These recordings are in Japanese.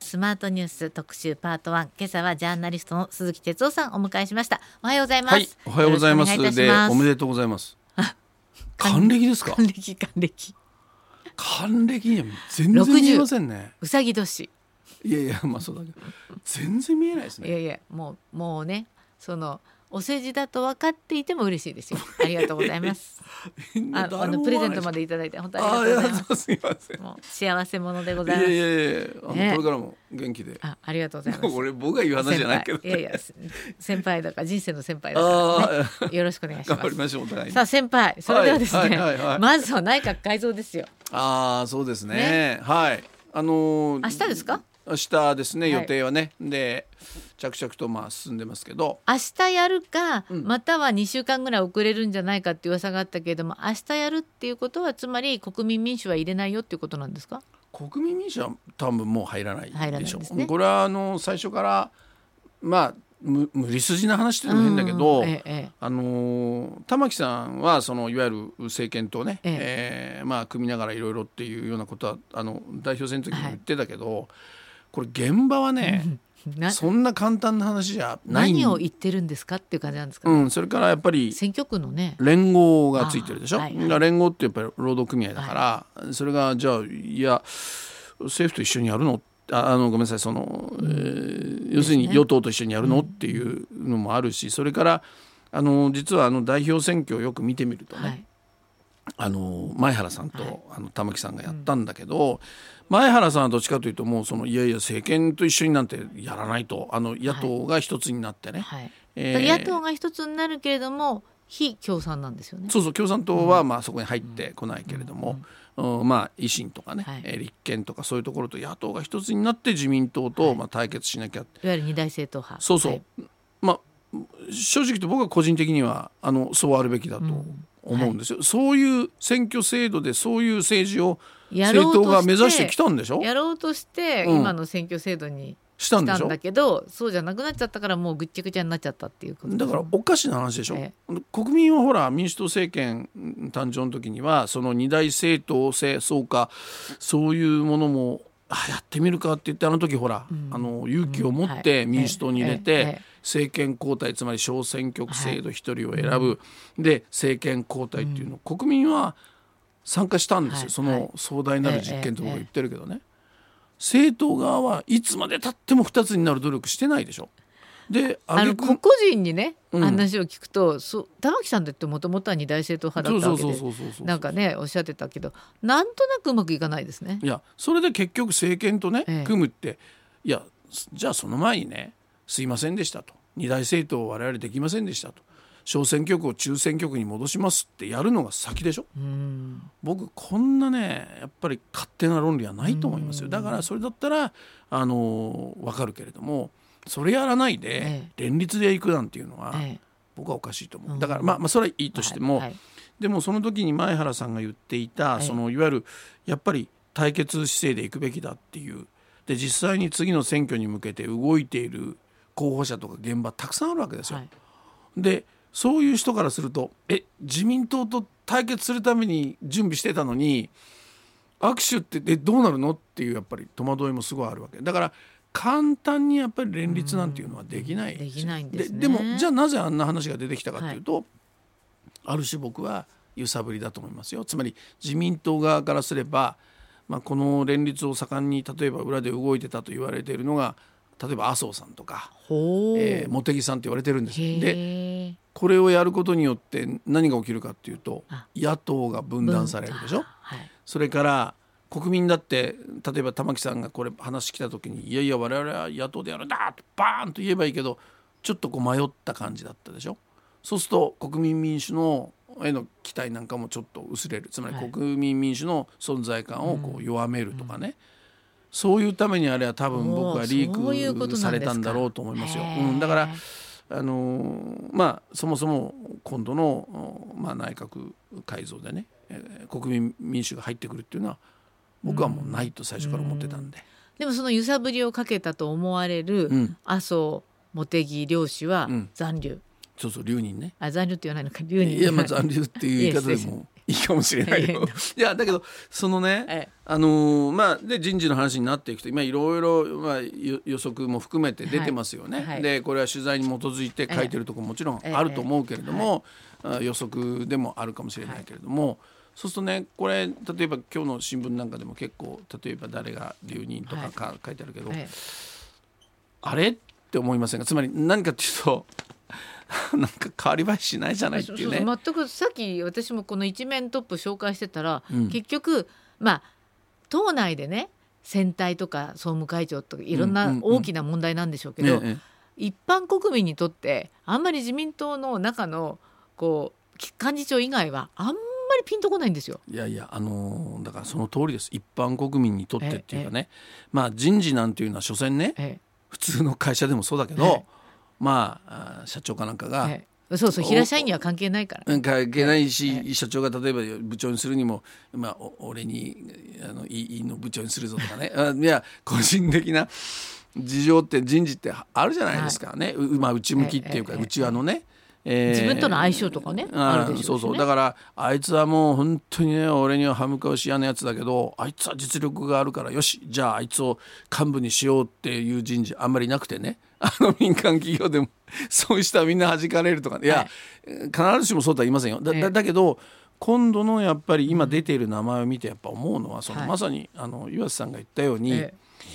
スマートニュース特集パート1、今朝はジャーナリストの鈴木哲夫さんをお迎えしました。おはようございます。 はい、おはようございます。で、おめでとうございます。還暦ですか？ 還暦還暦には全然見えませんね。 うさぎ年。 いやいや、まあそうだけど全然見えないですね。 いやいや、もうね、そのお世辞だと分かっていても嬉しいですよ。ありがとうございますプレゼントまでいただいて本当にありがとうございます。 すいません。 もう幸せ者でございます。 いやいやいや、これからも元気で。 ありがとうございます。 僕が言う話じゃないけど、 いやいや、先輩だから人生の先輩だからね、よろしくお願いします。 頑張りましょう、お互いに。 さあ先輩、それではですね、まずは内閣改造ですよ。 そうですね。はい。 明日ですか？ 明日ですね、予定はね。で、着々と進んでますけど、 明日やるか、または2週間ぐらい遅れるんじゃないかって噂があったけれども、明日やるっていうことはつまり国民民主は入れないよっていうことなんですか？ 国民民主は多分もう入らないでしょう。 ですね。これは最初から無理筋な話というのも変だけど、玉木さんはいわゆる政権とね、組みながらいろいろっていうようなことは代表選の時にも言ってたけど、これ現場はねそんな簡単な話じゃない。 何を言ってるんですかっていう感じなんですかね。 それからやっぱり選挙区のね連合がついてるでしょ。連合ってやっぱり労働組合だから、それがじゃあいや政府と一緒にやるの、ごめんなさい、要するに与党と一緒にやるのっていうのもあるし、それから実は代表選挙をよく見てみるとね、前原さんと玉木さんがやったんだけど、前原さんはどっちかというともういやいや政権と一緒になんてやらないと、野党が一つになってね、 野党が一つになるけれども非共産なんですよね。 そう共産党はそこに入ってこないけれども、維新とかね、立憲とかそういうところと野党が一つになって自民党と対決しなきゃ、 いわゆる二大政党派。 正直言うと僕は個人的にはそうあるべきだと思うんですよ。そういう選挙制度でそういう政治を政党が目指してきたんでしょ。 やろうとして今の選挙制度にしたんだけど、そうじゃなくなっちゃったからもうぐっちゃぐちゃになっちゃったっていうことです。 だからおかしな話でしょ。国民はほら民主党政権誕生の時にはその二大政党制そうかそういうものもやってみるかって言って時ほら、勇気を持って民主党に入れて、政権交代つまり小選挙区制度一人を選ぶ、で政権交代っていうのを国民は参加したんですよ。その壮大なる実験と僕は言ってるけどね、政党側はいつまでたっても2つになる努力してないでしょ。で個々人にね、話を聞くと玉木さんだってもともとは二大政党派だったわけで、なんかねおっしゃってたけどなんとなくうまくいかないですね。 いやそれで結局政権とね、組むって、いやじゃあその前にねすいませんでしたと、二大政党我々できませんでしたと、小選挙区を中選挙区に戻しますってやるのが先でしょ。僕こんなねやっぱり勝手な論理はないと思いますよ。だからそれだったら分かるけれども、それやらないで連立で行くなんていうのは僕はおかしいと思う。だからそれはいいとしても、でもその時に前原さんが言っていたいわゆるやっぱり対決姿勢で行くべきだっていう、で実際に次の選挙に向けて動いている候補者とか現場たくさんあるわけですよ。でそういう人からすると自民党と対決するために準備してたのに握手ってどうなるのっていうやっぱり戸惑いもすごいあるわけだから、簡単にやっぱり連立なんていうのはできないできないんですね。 でもじゃあなぜあんな話が出てきたかというと、ある種僕は揺さぶりだと思いますよ。つまり自民党側からすれば、この連立を盛んに例えば裏で動いてたと言われているのが例えば麻生さんとか、茂木さんと言われてるんです。でこれをやることによって何が起きるかっていうと野党が分断されるでしょ。それから国民だって例えば玉木さんがこれ話来た時にいやいや我々は野党でやるんだとバーンと言えばいいけどちょっと迷った感じだったでしょ。そうすると国民民主のへの期待なんかもちょっと薄れる。つまり国民民主の存在感を弱めるとかね、そういうためにあれは多分僕はリークされたんだろうと思いますよ。だからそもそも今度の、内閣改造でね、国民民主が入ってくるっていうのは僕はもうないと最初から思ってたんで、 でもその揺さぶりをかけたと思われる麻生茂木両氏は残留、 留任ね。 残留って言わないのか、留任。 いや残留っていう言い方でもいいかもしれないよいやだけどそのね、で人事の話になっていくと今いろいろ、予測も含めて出てますよね、でこれは取材に基づいて書いてるところもちろんあると思うけれども、予測でもあるかもしれないけれども、そうするとねこれ例えば今日の新聞なんかでも結構例えば誰が留任とか書いてあるけど、あれって思いませんか？つまり何かっていうとなんか変わり映えしないじゃないっていうね。 全くさっき私もこの一面トップ紹介してたら、結局党内でね選対とか総務会長とかいろんな大きな問題なんでしょうけど、一般国民にとってあんまり自民党の中のこう幹事長以外はあんまりピンとこないんですよ。 いやいやだからその通りです。一般国民にとってっていうかね、人事なんていうのは所詮ね、普通の会社でもそうだけど、社長かなんかが、 そう平社員には関係ないからね、 関係ないし、社長が例えば部長にするにも、俺にいいの部長にするぞとかねいや個人的な事情って人事ってあるじゃないですかね、内向きっていうか、内輪のね、 自分との相性とかね、あるでしょうしね。 そうだからあいつはもう本当にね俺には歯向かうし嫌なやつだけど、あいつは実力があるからよしじゃああいつを幹部にしようっていう人事あんまりなくてね、民間企業でもそういう人はみんな弾かれるとか、いや、必ずしもそうとは言いませんよ。だけど今度のやっぱり今出ている名前を見てやっぱ思うのはまさに岩瀬さんが言ったように、やっ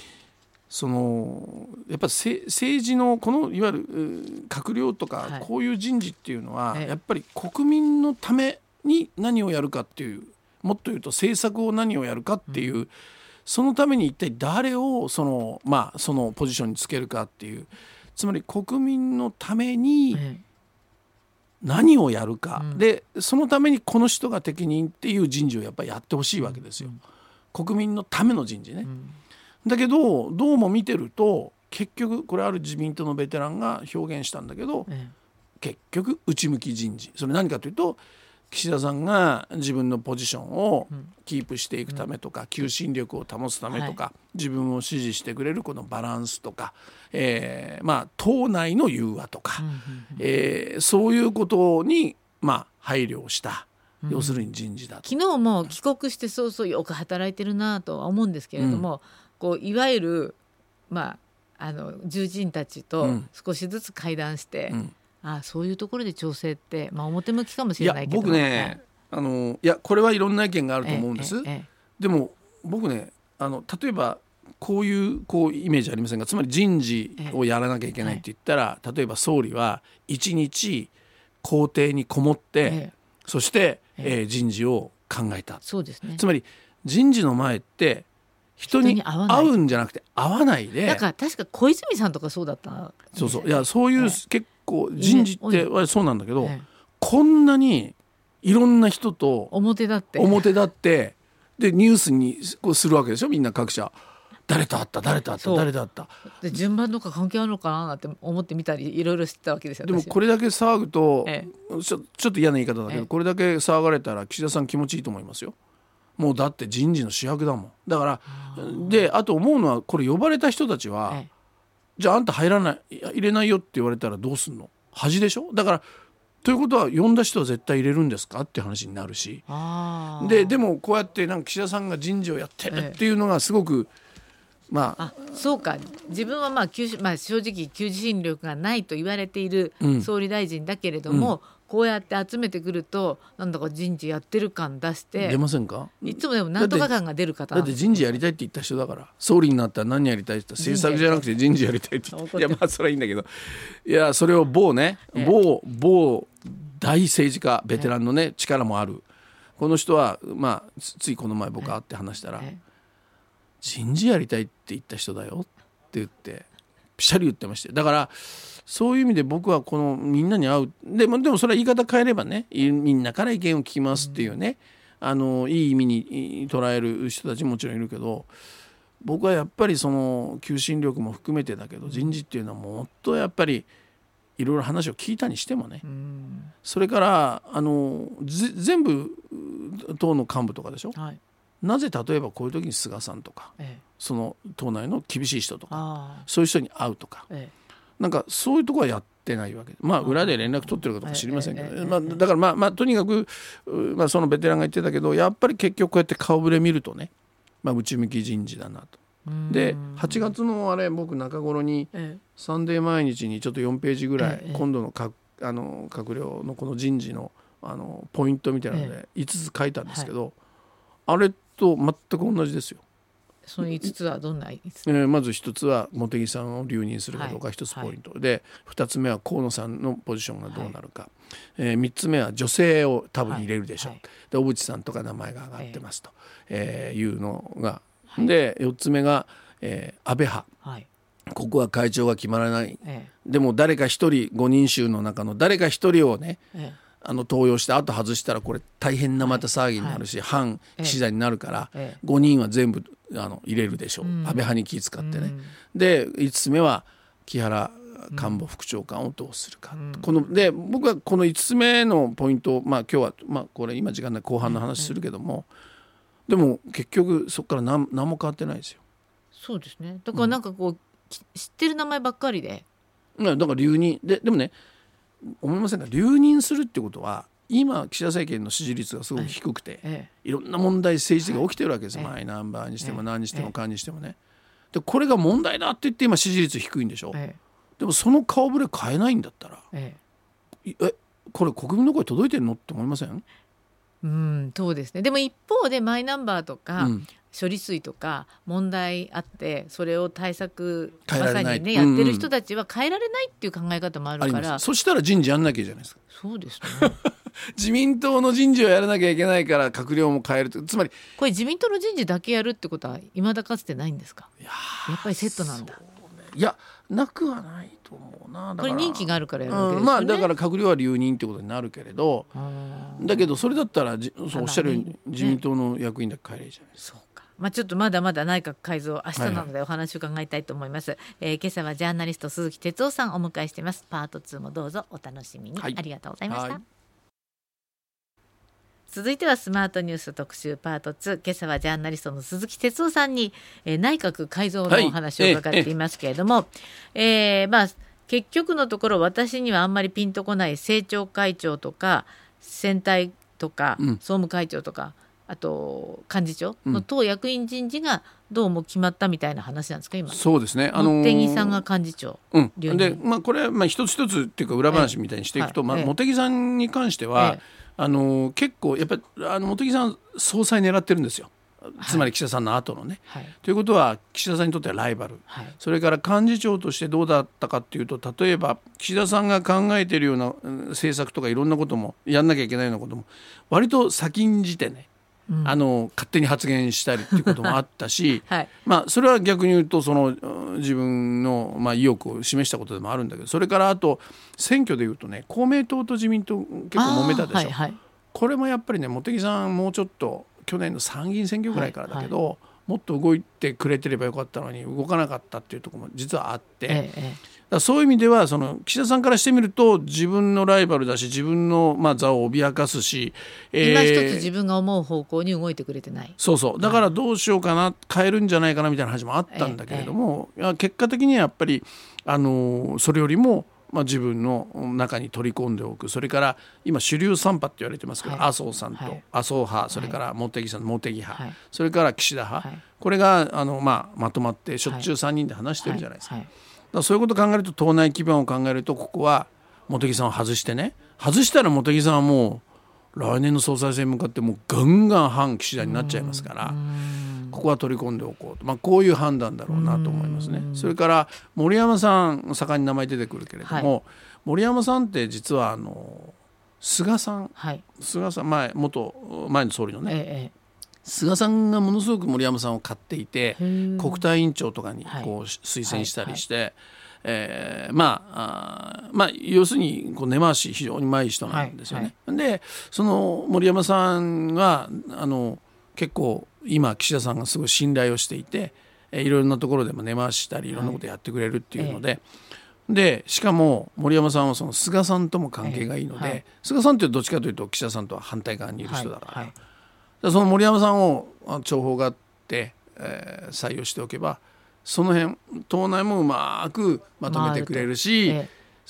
ぱ政治のこのいわゆる閣僚とかこういう人事っていうのはやっぱり国民のために何をやるかっていう、もっと言うと政策を何をやるかっていう、そのために一体誰をそのポジションにつけるかっていう、つまり国民のために何をやるか、でそのためにこの人が適任っていう人事をやっぱりやってほしいわけですよ、国民のための人事ね。だけどどうも見てると結局これある自民党のベテランが表現したんだけど、結局内向き人事、それ何かというと岸田さんが自分のポジションをキープしていくためとか、求心力を保つためとか、自分を支持してくれるこのバランスとか、党内の融和とか、そういうことに配慮をした要するに人事だと。 昨日も帰国してそうよく働いてるなとは思うんですけれども、こういわゆる重鎮たちと少しずつ会談して、そういうところで調整って、表向きかもしれないけど、 僕ね、これはいろんな意見があると思うんです、でも僕ね例えばこういうイメージありませんか？つまり人事をやらなきゃいけないって言ったら、例えば総理は一日公邸にこもって、そして、人事を考えた。 そうですね。 つまり人事の前って人に会うんじゃなくて会わないで、 だから確か小泉さんとかそうだった、 いやそういう、結構人事ってそうなんだけど、こんなにいろんな人と表立ってでニュースにするわけでしょ、みんな各社誰と会ったで順番とか関係あるのかなって思ってみたりいろいろ知ったわけですよ。 でもこれだけ騒ぐと、ちょっと嫌な言い方だけど、これだけ騒がれたら岸田さん気持ちいいと思いますよ。もうだって人事の主役だもん。だからであと思うのは、これ呼ばれた人たちは、じゃああんた入れないよって言われたらどうすんの？恥でしょ。だからということは呼んだ人は絶対入れるんですかって話になるし、でもこうやって岸田さんが人事をやってるっていうのがすごく、 そうか、自分は正直求心力がないと言われている総理大臣だけれども、こうやって集めてくるとなんだか人事やってる感出して出ませんか？ いつもでもなんとか感が出る方だって人事やりたいって言った人だから、総理になったら何やりたいって言ったら政策じゃなくて人事やりたいって言って、いやそれはいいんだけど、いやそれを某大政治家ベテランのね、力もあるこの人はついこの前僕会って話したら、人事やりたいって言った人だよって言ってピシャリ言ってましたよ。だからそういう意味で僕はこのみんなに会う、でもそれは言い方変えればね、みんなから意見を聞きますっていうね、いい意味に捉える人たちももちろんいるけど、僕はやっぱりその求心力も含めてだけど、人事っていうのはもっとやっぱりいろいろ話を聞いたにしてもね、それから全部党の幹部とかでしょ、なぜ例えばこういう時に菅さんとか、その党内の厳しい人とかそういう人に会うとか、なんかそういうところはやっってないわけで、裏で連絡取ってるかどうか知りませんけど、だからとにかく、そのベテランが言ってたけど、やっぱり結局こうやって顔ぶれ見るとね、内向き人事だなと。で8月の僕中頃にサンデー毎日にちょっと4ページぐらい、今度の閣僚のこの人事のポイントみたいなので5つ書いたんですけど、あれと全く同じですよ。 その5つはどんな5つ？ まず1つは茂木さんを留任するかどうか1つポイントで、2つ目は河野さんのポジションがどうなるか、3つ目は女性を多分入れるでしょう、で小渕さんとか名前が上がってますと、いうのが、で4つ目が、安倍派、ここは会長が決まらない、でも誰か1人5人衆の中の誰か1人をね、登用してあと外したらこれ大変なまた騒ぎになるし、反岸田になるから、5人は全部入れるでしょう、安倍派に気遣ってね、で5つ目は木原官房副長官をどうするか、で僕はこの5つ目のポイントを、今日は、これ今時間ない後半の話するけども、でも結局そこから何も変わってないですよ。 そうですね。だからなんかこう、知ってる名前ばっかりで、 だから留任でもね、思いませんか、留任するってことは今岸田政権の支持率がすごく低くて、いろんな問題政治が起きてるわけです、マイナンバーにしても何にしてもかんにしてもね。でこれが問題だって言って今支持率低いんでしょ、でもその顔ぶれ変えないんだったら、これ国民の声届いてるのって思いません？ そうですね。でも一方でマイナンバーとか、処理水とか問題あって、それを対策まさにねやってる人たちは変えられないっていう考え方もあるから、 そしたら人事やんなきゃいいじゃないですか。 そうですね自民党の人事をやらなきゃいけないから閣僚も変えると、つまりこれ自民党の人事だけやるってことは未だかつてないんですか？やっぱりセットなんだ。 いやなくはないと思うな。だからこれ任期があるからやるわけですよね。 だから閣僚は留任ってことになるけれど、だけどそれだったらそうおっしゃるように自民党の役員だけ変えればいいじゃないですか。 そうか。ちょっとまだまだ内閣改造明日なのでお話を伺いたいと思います、今朝はジャーナリスト鈴木哲夫さんをお迎えしています。パート2もどうぞお楽しみに、ありがとうございました。続いてはスマートニュース特集パート2、今朝はジャーナリストの鈴木哲夫さんに、内閣改造のお話を伺っていますけれども、結局のところ私にはあんまりピンとこない政調会長とか選対とか、総務会長とかあと幹事長の党役員人事がどうも決まったみたいな話なんですか今。 そうですね、 茂木さんが幹事長、 でこれは一つ一つっていうか裏話みたいにしていくと、茂木さんに関しては、結構やっぱり茂木さん総裁狙ってるんですよ。つまり岸田さんの後のね、ということは岸田さんにとってはライバル、それから幹事長としてどうだったかっていうと、例えば岸田さんが考えているような政策とかいろんなこともやんなきゃいけないようなことも割と先んじてね、勝手に発言したりっていうこともあったし、それは逆に言うとその自分の意欲を示したことでもあるんだけど、それからあと選挙で言うとね、公明党と自民党結構揉めたでしょ、これもやっぱりね茂木さんもうちょっと去年の参議院選挙ぐらいからだけど、もっと動いてくれてればよかったのに動かなかったっていうところも実はあって、だからそういう意味ではその岸田さんからしてみると自分のライバルだし自分の座を脅かすし、 今一つ自分が思う方向に動いてくれてない。 そうだからどうしようかな、変えるんじゃないかなみたいな話もあったんだけれども、結果的にはやっぱりそれよりも自分の中に取り込んでおく、それから今主流3派って言われてますけど、麻生さんと麻生派、それから茂木さんの茂木派、それから岸田派、これがまとまってしょっちゅう3人で話してるじゃないですか。だからそういうことを考えると、党内基盤を考えると、ここは茂木さんを外してね、外したら茂木さんはもう来年の総裁選に向かってもうガンガン反岸田になっちゃいますから、ここは取り込んでおこうと、こういう判断だろうなと思いますね。それから森山さん、盛んに名前出てくるけれども、森山さんって実は菅さん、菅さん前の総理のね、菅さんがものすごく森山さんを買っていて、国対委員長とかにこう推薦したりして、要するに根回し非常にうまい人なんですよね。でその森山さんが結構今岸田さんがすごい信頼をしていて、いろんなところでも根回したりいろんなことやってくれるっていうので、でしかも森山さんはその菅さんとも関係がいいので、菅さんってどっちかというと岸田さんとは反対側にいる人だから、その森山さんを重宝があって、採用しておけばその辺党内もうまくまとめてくれるし、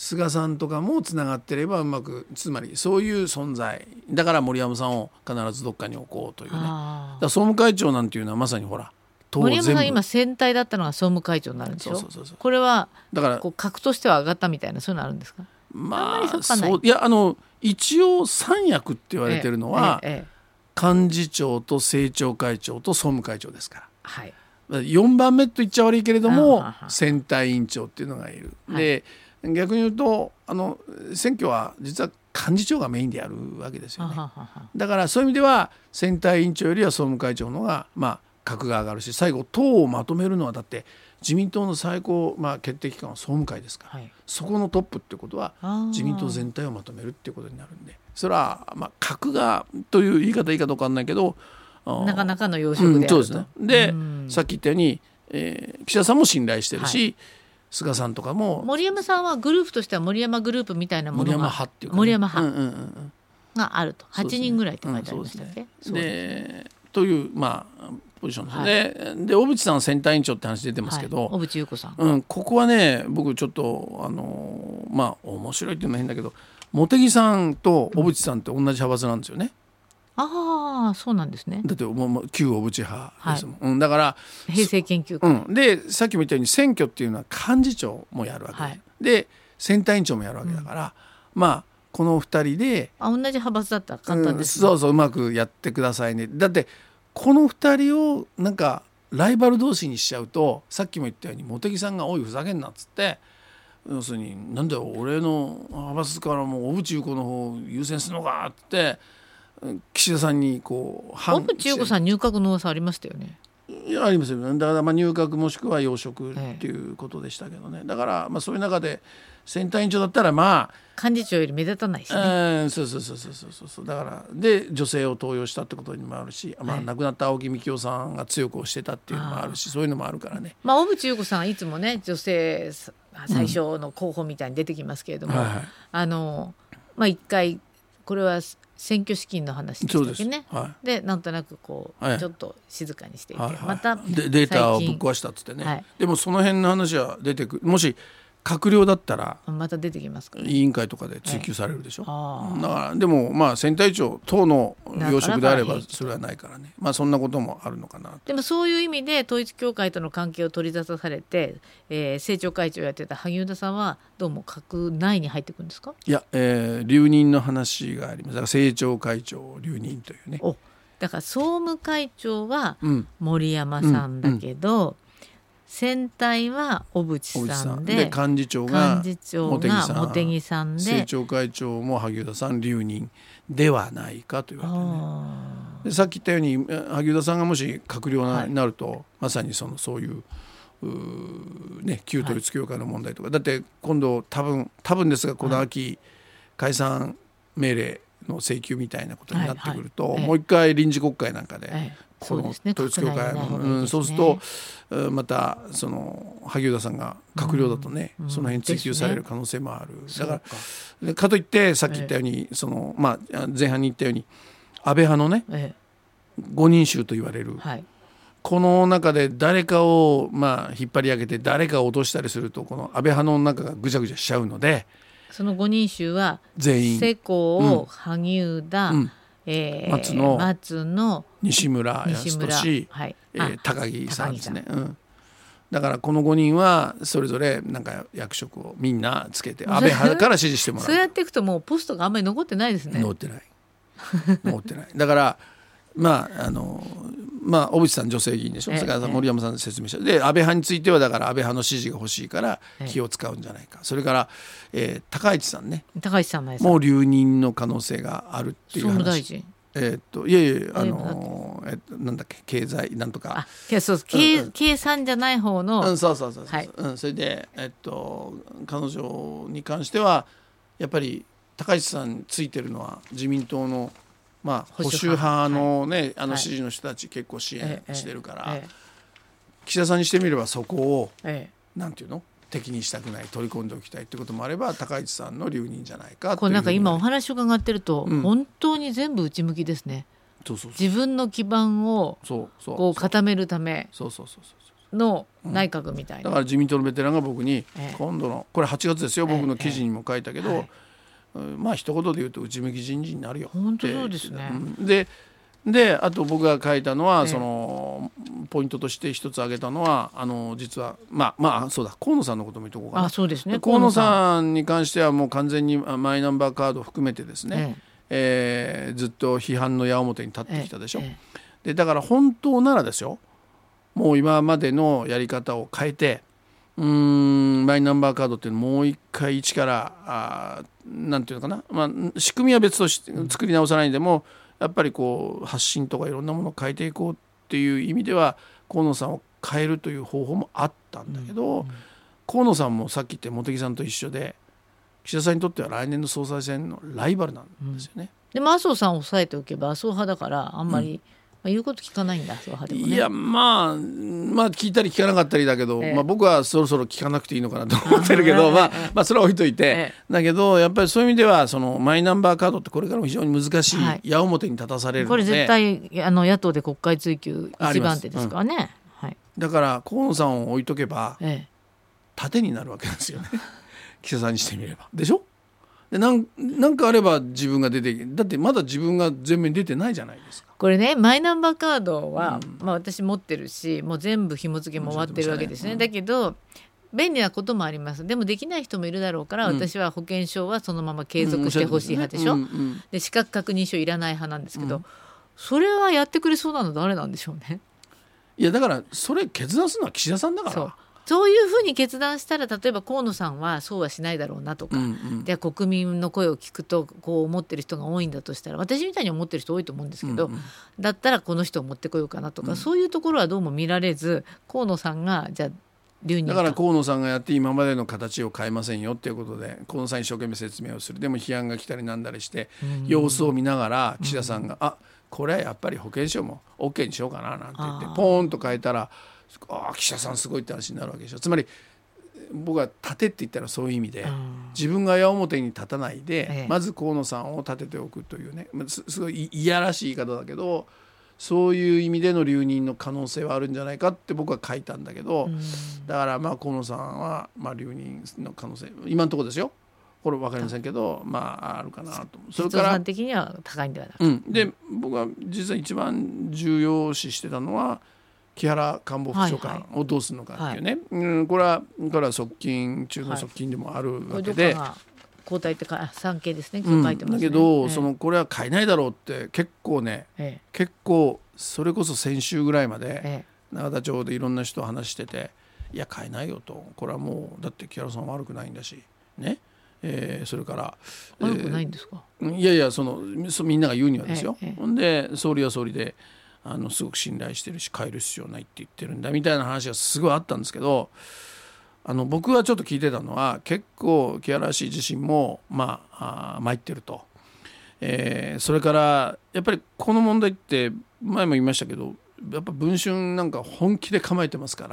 菅さんとかもつながってればうまく、つまりそういう存在だから森山さんを必ずどっかに置こうというね。だから総務会長なんていうのはまさにほら森山さん今選対だったのが総務会長になるんでしょ。そうこれはだからこう格としては上がったみたいなそういうのあるんですか。 まあそういや一応三役って言われてるのは、幹事長と政調会長と総務会長ですから、はい、4番目と言っちゃ悪いけれども選対委員長っていうのがいる、はい、で逆に言うと選挙は実は幹事長がメインでやるわけですよね。だからそういう意味では選対委員長よりは総務会長の方が格が上がるし、最後党をまとめるのはだって自民党の最高、決定機関は総務会ですから、はい、そこのトップってことは自民党全体をまとめるっていうことになるんで、それは格がという言い方いいかどうか分かんないけどなかなかの要職であると、 そうですね。で、さっき言ったように、岸田さんも信頼してるし、はい、菅さんとかも。 森山さんはグループとしては森山グループみたいなものが森山派っていうか、ね、 森山派があると、8人ぐらいって書いてありましたっけ。 というポジションですね、はい、で小渕さん選対委員長って話出てますけど、 小渕優子さん、 ここはね僕ちょっと面白いっていうのは変だけど、茂木さんと小渕さんって同じ派閥なんですよね。 ああそうなんですね。 だって旧小渕派ですもん、はい、だから平成研究会、 でさっきも言ったように選挙っていうのは幹事長もやるわけ、はい、で選対委員長もやるわけだから、この2人で同じ派閥だったら簡単ですね、 そううまくやってくださいね。だってこの2人をなんかライバル同士にしちゃうと、さっきも言ったように茂木さんがおいふざけんなっつって、要するになんだよ俺の派閥からも小渕優子の方を優先するのかって岸田さんにこう小渕優子さん入閣の噂ありましたよね。 いやありますよね。だから入閣もしくは要職っていうことでしたけどね、だからそういう中で選対委員長だったら幹事長より目立たないしね、 そうだからで女性を登用したってことにもあるし、亡くなった青木幹雄さんが強く推してたっていうのもあるし、そういうのもあるからね。 小渕優子さんはいつもね女性最初の候補みたいに出てきますけれども、一回これは選挙資金の話でしたっけね。でなんとなくこう、ちょっと静かにしていて、またデータをぶっ壊したっつってね、でもその辺の話は出てくる。もし閣僚だったらまた出てきますから、ね、 委員会とかで追及されるでしょ、だからでも選対長等の要職であればそれはないからね、そんなこともあるのかな。 でもそういう意味で統一教会との関係を取り沙汰されて、政調会長やってた萩生田さんはどうも閣内に入ってくるんですか。 いや、留任の話があります。だから政調会長留任というね。 だから総務会長は森山さんだけど、選対は小渕さん で幹事長が茂木さんで政調会長も萩生田さん留任ではないかというわけで、さっき言ったように萩生田さんがもし閣僚になると、まさにそういう旧統一教会の問題とか、だって今度多分ですがこの秋、解散命令の請求みたいなことになってくると、もう一回臨時国会なんかで、この統一教会の、そうするとまた萩生田さんが閣僚だとね、その辺追及される可能性もある。だからかといってさっき言ったように、前半に言ったように安倍派のね、5人衆と言われる、この中で誰かを引っ張り上げて誰かを落としたりすると、この安倍派の中がぐちゃぐちゃしちゃうので、 その5人衆は全員世耕、萩生田、 松野、西村康稔、高木さんですね。だからこの5人はそれぞれなんか役職をみんなつけて安倍派から支持してもらう。 そうやっていくともうポストがあんまり残ってないですね。 残ってないだから小渕さん女性議員でしょ、それから森山さん説明した。で安倍派についてはだから安倍派の支持が欲しいから気を使うんじゃないか、それから、高市さんね、 高市さんもう留任の可能性があるっていう話。 総務大臣いやなんだっけ、経済なんとか、 計算じゃない方の、 そう、それで彼女に関してはやっぱり高市さんについてるのは自民党の保守派のね、支持の人たち結構支援してるから、岸田さんにしてみればそこを、なんていうの、敵にしたくない、取り込んでおきたいってこともあれば、高市さんの留任じゃないか。 これなんか今お話を伺ってると、本当に全部内向きですね。自分の基盤をこう固めるため。 の内閣みたいな、 だから自民党のベテランが僕に、今度のこれ8月ですよ、僕の記事にも書いたけど、まあ一言で言うと内向き人事になるよって。 本当そうですね。 であと僕が書いたのは、そのポイントとして一つ挙げたのは実はまあそうだ、河野さんのことも言っとこうかな。 そうですね、 河野さんに関してはもう完全にマイナンバーカードを含めてですね、ずっと批判の矢面に立ってきたでしょ。でだから本当ならですよ、もう今までのやり方を変えてマイナンバーカードっていうのをもう一回一からなんていうのかな、仕組みは別として作り直さないでも、やっぱりこう発信とかいろんなものを変えていこうっていう意味では河野さんを変えるという方法もあったんだけど、河野さんもさっき言った茂木さんと一緒で岸田さんにとっては来年の総裁選のライバルなんですよね。 でも麻生さんを抑えておけば麻生派だからあんまり、言うこと聞かないんだ、麻生派でもね。 いやまあ聞いたり聞かなかったりだけど、僕はそろそろ聞かなくていいのかなと思ってるけど、それは置いといて、だけどやっぱりそういう意味ではそのマイナンバーカードってこれからも非常に難しい、矢面に立たされるので、 これ絶対野党で国会追及一番手ですからね。 だから河野さんを置いとけば、盾になるわけですよね岸田さんにしてみればでしょ。でなんかあれば自分が出て、だってまだ自分が前面に出てないじゃないですか。 これね、マイナンバーカードは、私持ってるし、もう全部紐付けも終わってるわけですね。だけど便利なこともあります。でもできない人もいるだろうから、私は保険証はそのまま継続してほしい派でしょ。で資格確認書いらない派なんですけど、それはやってくれそうなの誰なんでしょうね。 いやだからそれ決断するのは岸田さんだから。 そういうふうに決断したら、例えば河野さんはそうはしないだろうなとか、で国民の声を聞くとこう思ってる人が多いんだとしたら、私みたいに思ってる人多いと思うんですけど、だったらこの人を持ってこようかなとか、そういうところはどうも見られず、河野さんがじゃあ留任だから河野さんがやって今までの形を変えませんよっていうことで河野さん一生懸命説明をする。でも批判が来たりなんだりして様子を見ながら岸田さんが、これはやっぱり保険証も OK にしようかななんて言ってポーンと変えたら、岸田さんすごいって話になるわけでしょ。つまり僕は立てって言ったらそういう意味で、自分が矢面に立たないで、まず河野さんを立てておくというね、すごいいやらしい言い方だけど、そういう意味での留任の可能性はあるんじゃないかって僕は書いたんだけど、だから河野さんは留任の可能性今のところですよ、これ分かりませんけどあるかなと。 それから基本的には高いんではなくて、 で僕は実は一番重要視してたのは木原官房副長官をどうするのかっていうね、これは側近中の側近でもあるわけで、 交代って産経ですね、今日書いてますね。 だけど、これは変えないだろうって結構ね、結構それこそ先週ぐらいまで永田町でいろんな人と話してて、いや変えないよと、これはもうだって木原さんは悪くないんだしね、それから悪くないんですか。 いやいやみんなが言うにはですよ、ほんで総理は総理ですごく信頼してるし変える必要ないって言ってるんだみたいな話がすごいあったんですけど、僕はちょっと聞いてたのは結構木原氏自身も参ってると、それからやっぱりこの問題って前も言いましたけど、やっぱ文春なんか本気で構えてますから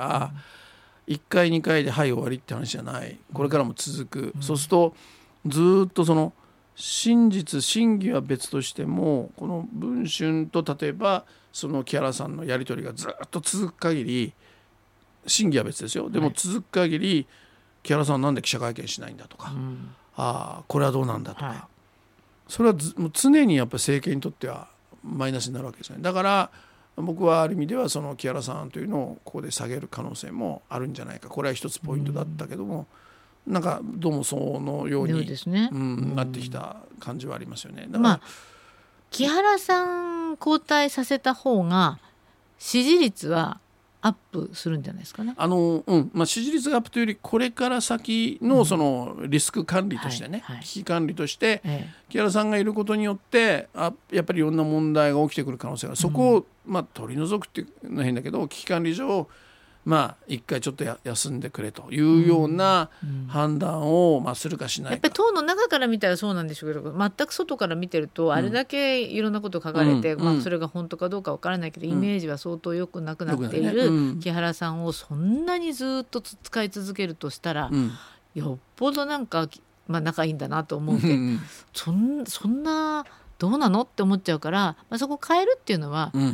、1回2回ではい終わりって話じゃない、これからも続く、そうするとずっと真実真偽は別としても、この文春と例えばその木原さんのやり取りがずっと続く限り、真偽は別ですよ、でも続く限り、木原さんはなんで記者会見しないんだとか、これはどうなんだとか、それはもう常にやっぱり政権にとってはマイナスになるわけですね。だから僕はある意味ではその木原さんというのをここで下げる可能性もあるんじゃないか、これは一つポイントだったけども、なんかどうもそのようになってきた感じはありますよね。だから木原さん交代させた方が支持率はアップするんじゃないですかね。 支持率がアップというより、これから先のそのリスク管理としてね、危機管理として、木原さんがいることによってやっぱりいろんな問題が起きてくる可能性が、そこを取り除くっていうのは変だけど、危機管理上一回ちょっと休んでくれというような判断をするかしないか。 やっぱり党の中から見たらそうなんでしょうけど、全く外から見てるとあれだけいろんなこと書かれて、それが本当かどうかわからないけど、イメージは相当良くなくなっている木原さんをそんなにずっと使い続けるとしたら、よっぽどなんか、仲いいんだなと思うけど、そんなどうなのって思っちゃうから、そこ変えるっていうのは、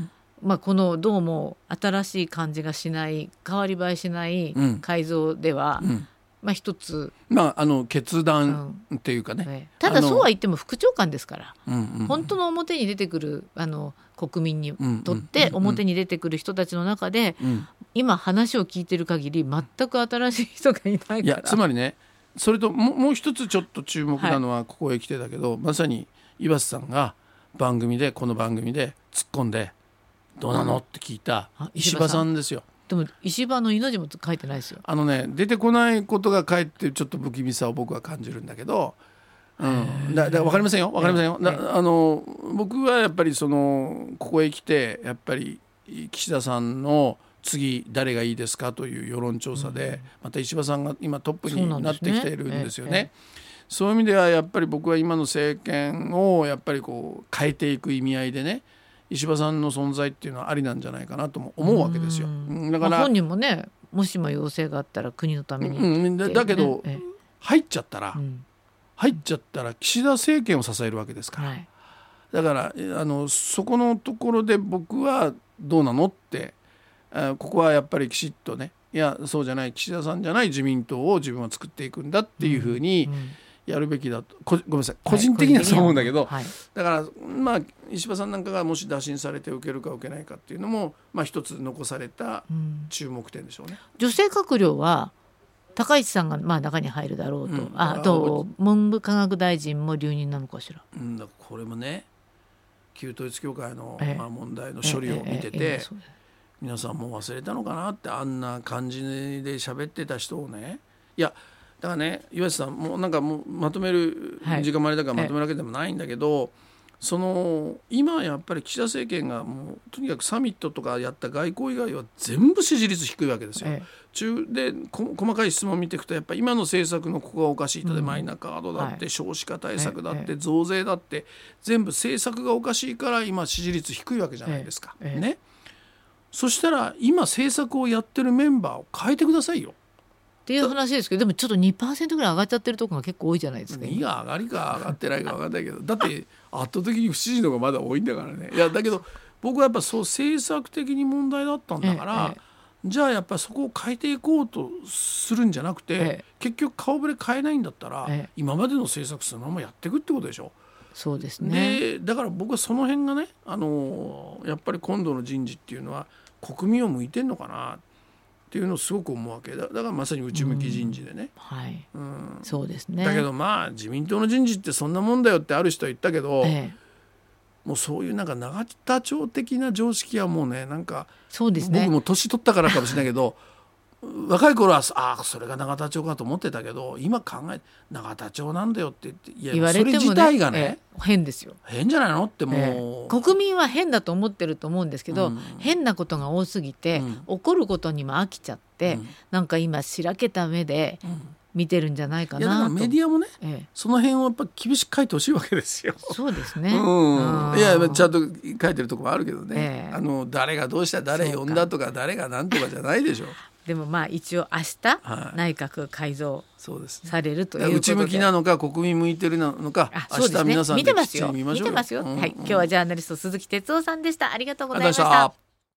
このどうも新しい感じがしない変わり映えしない改造では、一つ、 決断っていうかね、 ただそうは言っても副長官ですから、本当の表に出てくる国民にとって表に出てくる人たちの中で、今話を聞いてる限り全く新しい人がいないから。 いやつまりね、それともう一つちょっと注目なのは、ここへ来てだけど、まさに岩瀬さんがこの番組で突っ込んでどうなのって聞いた石破さんですよ。 でも石破の命も書いてないですよ。 出てこないことが書いてちょっと不気味さを僕は感じるんだけど、分かりませんよ僕はやっぱりここへ来てやっぱり岸田さんの次誰がいいですかという世論調査で、また石破さんが今トップになってきているんですよね。そういう意味ではやっぱり僕は今の政権をやっぱり変えていく意味合いでね、石破さんの存在っていうのはありなんじゃないかなとも思うわけですよ。だから、 本人もね、もしも要請があったら国のために、 だけど、入っちゃったら岸田政権を支えるわけですから、だからそこのところで僕はどうなのって、ここはやっぱりきちっとね、いやそうじゃない、岸田さんじゃない自民党を自分は作っていくんだっていうふうにやるべきだと、ごめんなさい、個人的にはそう思うんだけど、だから石破さんなんかがもし打診されて受けるか受けないかっていうのも、一つ残された注目点でしょうね。 女性閣僚は高市さんが中に入るだろうと、あと文部科学大臣も留任なのかしら。 だからこれもね、旧統一教会の問題の処理を見てて、皆さんもう忘れたのかなって、あんな感じで喋ってた人をね、いやだからね、岩瀬さんもうまとめる時間もあれだからまとめるわけでもないんだけど、今やっぱり岸田政権がもうとにかくサミットとかやった外交以外は全部支持率低いわけですよ。で細かい質問を見ていくと、やっぱり今の政策のここがおかしいとで、マイナカードだって、少子化対策だって、増税だって、全部政策がおかしいから今支持率低いわけじゃないですか、ね。そしたら今政策をやってるメンバーを変えてくださいよっていう話ですけど、でもちょっと 2% ぐらい上がっちゃってるところが結構多いじゃないですか。 2が上がりか上がってないか分かんないけどだって圧倒的に不支持の方がまだ多いんだからね。いやだけど僕はやっぱそう政策的に問題だったんだから、じゃあやっぱそこを変えていこうとするんじゃなくて、結局顔ぶれ変えないんだったら、今までの政策そのままやっていくってことでしょ。 そうですね。 だから僕はその辺がね、やっぱり今度の人事っていうのは国民を向いてんのかなっていうのをすごく思うわけだからまさに内向き人事でね、 そうですね。 だけど自民党の人事ってそんなもんだよってある人は言ったけど、もうそういう永田町的な常識はもうね、 そうですね、 僕も年取ったからかもしれないけど若い頃はそれが永田町かと思ってたけど、今考えて永田町なんだよって言われてもね、 それ自体がね、 変ですよ。 変じゃないのってもう、国民は変だと思ってると思うんですけど、変なことが多すぎて、起こることにも飽きちゃって、今しらけた目で見てるんじゃないかなと。 だからメディアもね、その辺をやっぱ厳しく書いてほしいわけですよ。 そうですね、 いやちゃんと書いてるところもあるけどね、誰がどうした誰呼んだとか誰が何とかじゃないでしょ。 でも一応明日、内閣改造されるということで、 内向きなのか国民向いてるのか、明日皆さんできっちり見ましょうよ。 見てますよ、今日はジャーナリスト鈴木哲夫さんでした。ありがとうございました。